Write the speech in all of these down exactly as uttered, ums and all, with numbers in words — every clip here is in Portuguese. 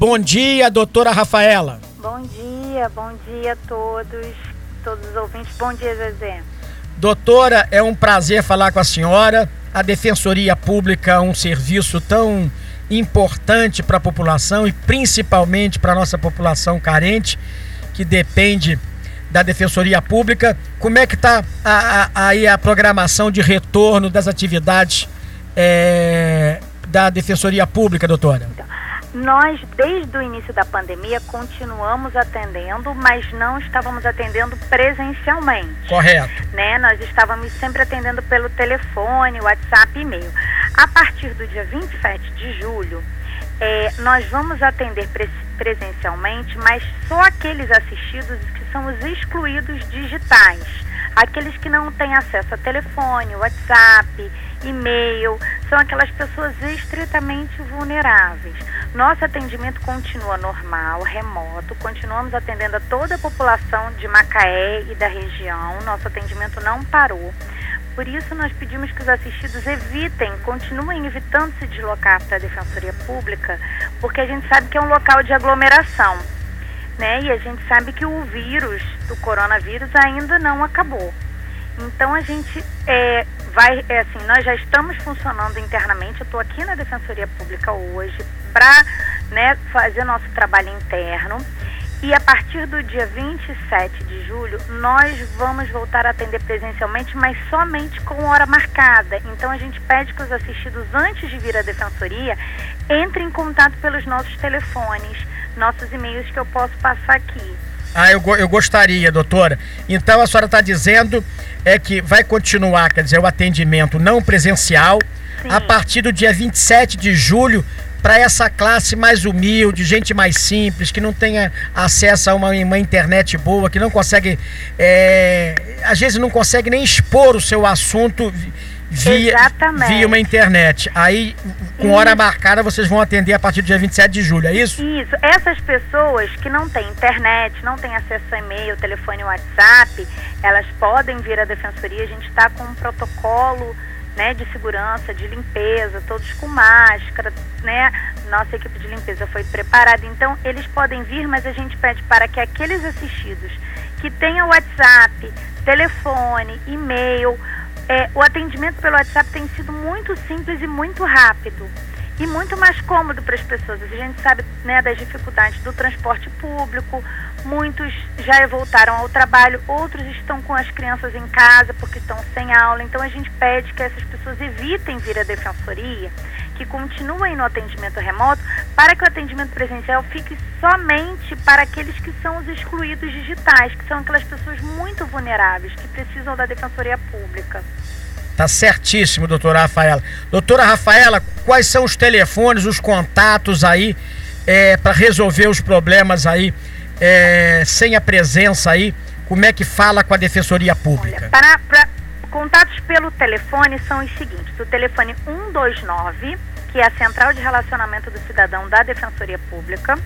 Bom dia, doutora Rafaela. Bom dia, bom dia a todos, todos os ouvintes. Bom dia, Zezé. Doutora, é um prazer falar com a senhora. A Defensoria Pública é um serviço tão importante para a população e principalmente para a nossa população carente, que depende da Defensoria Pública. Como é que está aí a, a, a programação de retorno das atividades é, da Defensoria Pública, doutora? Então, nós, desde o início da pandemia, continuamos atendendo, mas não estávamos atendendo presencialmente. Correto. Né? Nós estávamos sempre atendendo pelo telefone, WhatsApp e e-mail. A partir do dia vinte e sete de julho, é, nós vamos atender pre presencialmente, mas só aqueles assistidos que são os excluídos digitais. Aqueles que não têm acesso a telefone, WhatsApp, e-mail, são aquelas pessoas estritamente vulneráveis. Nosso atendimento continua normal, remoto, continuamos atendendo a toda a população de Macaé e da região, nosso atendimento não parou. Por isso nós pedimos que os assistidos evitem, continuem evitando se deslocar para a Defensoria Pública, porque a gente sabe que é um local de aglomeração, né? E a gente sabe que o vírus do coronavírus ainda não acabou. Então a gente é, vai, é assim, nós já estamos funcionando internamente. Eu estou aqui na Defensoria Pública hoje para, né, fazer nosso trabalho interno. E a partir do dia vinte e sete de julho, nós vamos voltar a atender presencialmente, mas somente com hora marcada. Então a gente pede que os assistidos, antes de vir à Defensoria, entrem em contato pelos nossos telefones, nossos e-mails que eu posso passar aqui. Ah, eu, eu gostaria, doutora. Então a senhora está dizendo é que vai continuar, quer dizer, o atendimento não presencial. Sim. A partir do dia vinte e sete de julho, para essa classe mais humilde, gente mais simples, que não tenha acesso a uma, uma internet boa, que não consegue, é, às vezes não consegue nem expor o seu assunto via, via uma internet. Aí, com hora isso. marcada, vocês vão atender a partir do dia vinte e sete de julho, é isso? Isso. Essas pessoas que não têm internet, não têm acesso a e-mail, telefone, WhatsApp, elas podem vir à Defensoria. A gente está com um protocolo, né, de segurança, de limpeza, todos com máscara, né? Nossa equipe de limpeza foi preparada. Então, eles podem vir, mas a gente pede para que aqueles assistidos que tenham WhatsApp, telefone, e-mail, é, o atendimento pelo WhatsApp tem sido muito simples e muito rápido. E muito mais cômodo para as pessoas. A gente sabe, né, das dificuldades do transporte público, muitos já voltaram ao trabalho, outros estão com as crianças em casa porque estão sem aula. Então a gente pede que essas pessoas evitem vir à Defensoria, que continuem no atendimento remoto, para que o atendimento presencial fique somente para aqueles que são os excluídos digitais, que são aquelas pessoas muito vulneráveis, que precisam da Defensoria Pública. Tá certíssimo, doutora Rafaela. Doutora Rafaela, quais são os telefones, os contatos aí é, para resolver os problemas aí é, sem a presença aí? Como é que fala com a Defensoria Pública? Olha, para, para, contatos pelo telefone são os seguintes: o telefone um dois nove, que é a Central de Relacionamento do Cidadão da Defensoria Pública,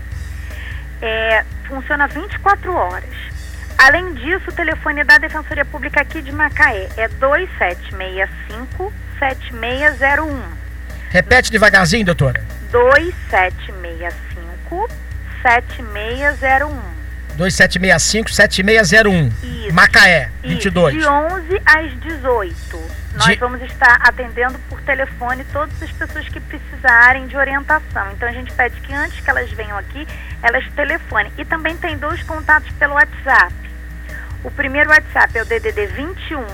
é, funciona vinte e quatro horas. Além disso, o telefone da Defensoria Pública aqui de Macaé é dois sete seis cinco, sete seis zero um. Repete devagarzinho, doutora. dois sete seis cinco, sete seis zero um. dois sete seis cinco, sete seis zero um. Isso. Macaé, vinte e dois. Isso, de onze às dezoito. Nós de... vamos estar atendendo por telefone todas as pessoas que precisarem de orientação. Então a gente pede que antes que elas venham aqui, elas telefonem. E também tem dois contatos pelo WhatsApp. O primeiro WhatsApp é o D D D vinte e um,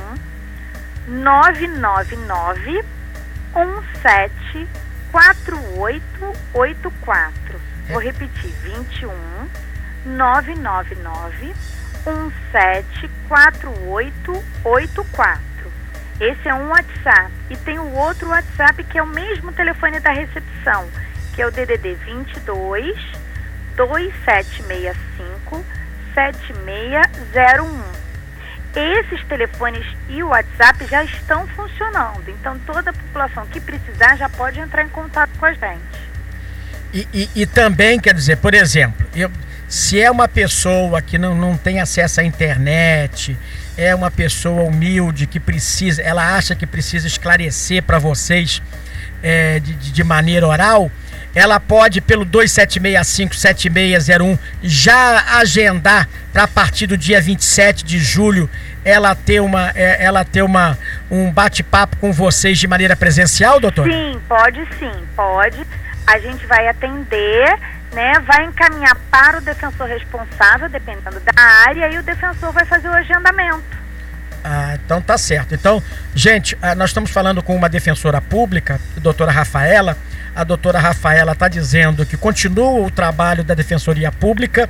nove nove nove, um sete quatro oito oito quatro. Vou repetir: vinte e um, nove nove nove, um sete quatro oito oito quatro. Esse é um WhatsApp. E tem o outro WhatsApp, que é o mesmo telefone da recepção, que é o D D D vinte e dois, dois sete seis cinco, sete seis zero um. Esses telefones e o WhatsApp já estão funcionando. Então toda a população que precisar já pode entrar em contato com a gente. E, e, e também, quer dizer, por exemplo, eu, se é uma pessoa que não, não tem acesso à internet, é uma pessoa humilde que precisa, ela acha que precisa esclarecer para vocês é, de, de maneira oral, ela pode, pelo dois sete seis cinco, sete seis zero um, já agendar para a partir do dia vinte e sete de julho ela ter, uma, é, ela ter uma, um bate-papo com vocês de maneira presencial, doutor? Sim, pode sim, pode. A gente vai atender, né, vai encaminhar para o defensor responsável, dependendo da área, e o defensor vai fazer o agendamento. Ah, então tá certo. Então, gente, nós estamos falando com uma defensora pública, a doutora Rafaela. A doutora Rafaela está dizendo que continua o trabalho da Defensoria Pública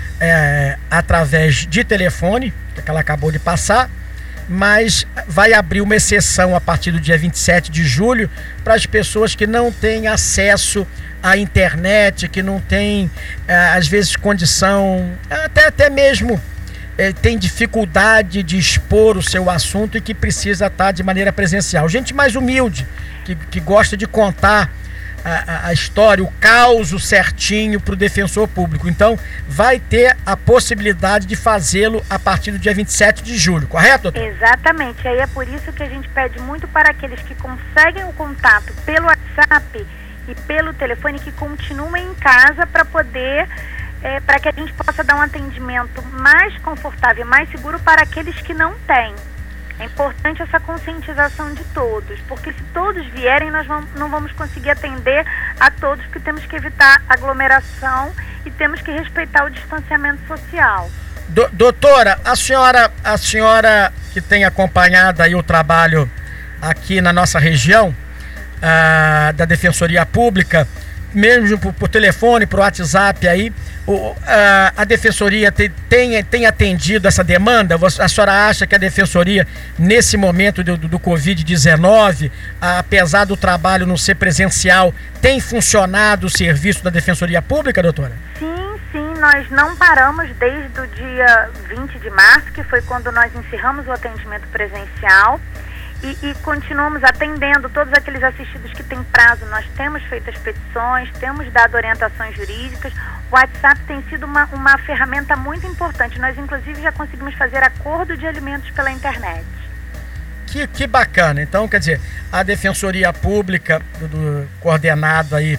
é, através de telefone, que ela acabou de passar, mas vai abrir uma exceção a partir do dia vinte e sete de julho para as pessoas que não têm acesso à internet, que não têm, é, às vezes, condição, até, até mesmo é, tem dificuldade de expor o seu assunto e que precisa estar de maneira presencial. Gente mais humilde, que, que gosta de contar A, a história, o caos certinho para o defensor público. Então, vai ter a possibilidade de fazê-lo a partir do dia vinte e sete de julho, correto, doutor? Exatamente. Aí é por isso que a gente pede muito para aqueles que conseguem o contato pelo WhatsApp e pelo telefone que continuem em casa para poder, é, para que a gente possa dar um atendimento mais confortável, mais seguro para aqueles que não têm. É importante essa conscientização de todos, porque se todos vierem, nós vamos, não vamos conseguir atender a todos, porque temos que evitar aglomeração e temos que respeitar o distanciamento social. Do, doutora, a senhora, a senhora que tem acompanhado aí o trabalho aqui na nossa região, ah, da Defensoria Pública, mesmo por, por telefone, por WhatsApp aí, o, a, a Defensoria tem, tem, tem atendido essa demanda? A senhora acha que a Defensoria, nesse momento do, do, do covid dezenove, apesar do trabalho não ser presencial, tem funcionado o serviço da Defensoria Pública, doutora? Sim, sim, nós não paramos desde o dia vinte de março, que foi quando nós encerramos o atendimento presencial. E, e continuamos atendendo todos aqueles assistidos que têm prazo. Nós temos feito as petições, temos dado orientações jurídicas. O WhatsApp tem sido uma, uma ferramenta muito importante. Nós, inclusive, já conseguimos fazer acordo de alimentos pela internet. Que, que bacana. Então, quer dizer, a Defensoria Pública, do, do coordenado aí,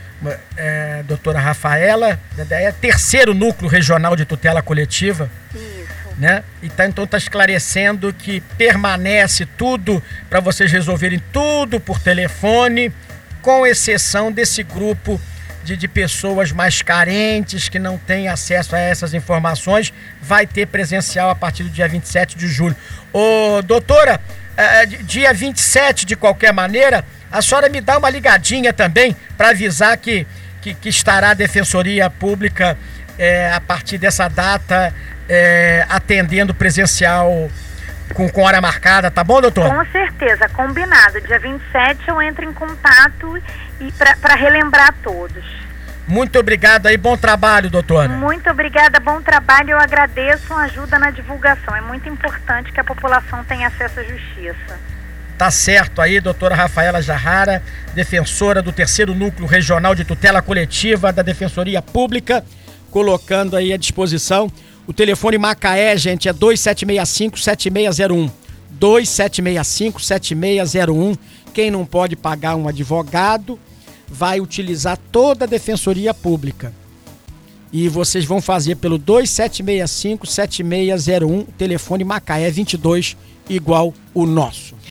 é, doutora Rafaela, é terceiro núcleo regional de tutela coletiva. Isso. Né? Então está então esclarecendo que permanece tudo para vocês resolverem tudo por telefone, com exceção desse grupo de, de pessoas mais carentes que não têm acesso a essas informações. Vai ter presencial a partir do dia vinte e sete de julho. Ô, doutora, é, dia vinte e sete, de qualquer maneira, a senhora me dá uma ligadinha também para avisar que, que, que estará a Defensoria Pública é, a partir dessa data É, atendendo presencial com, com hora marcada, tá bom, doutor? Com certeza, combinado. Dia vinte e sete eu entro em contato e para relembrar todos. Muito obrigado aí, bom trabalho, doutora. Muito obrigada, bom trabalho. Eu agradeço a ajuda na divulgação. É muito importante que a população tenha acesso à justiça. Tá certo aí, doutora Rafaela Jarrara, defensora do terceiro núcleo regional de tutela coletiva da Defensoria Pública, colocando aí à disposição. O telefone Macaé, gente, é dois sete seis cinco, sete seis zero um. dois sete seis cinco, sete seis zero um. Quem não pode pagar um advogado vai utilizar toda a Defensoria Pública. E vocês vão fazer pelo dois sete seis cinco, sete seis zero um, telefone Macaé vinte e dois, igual o nosso.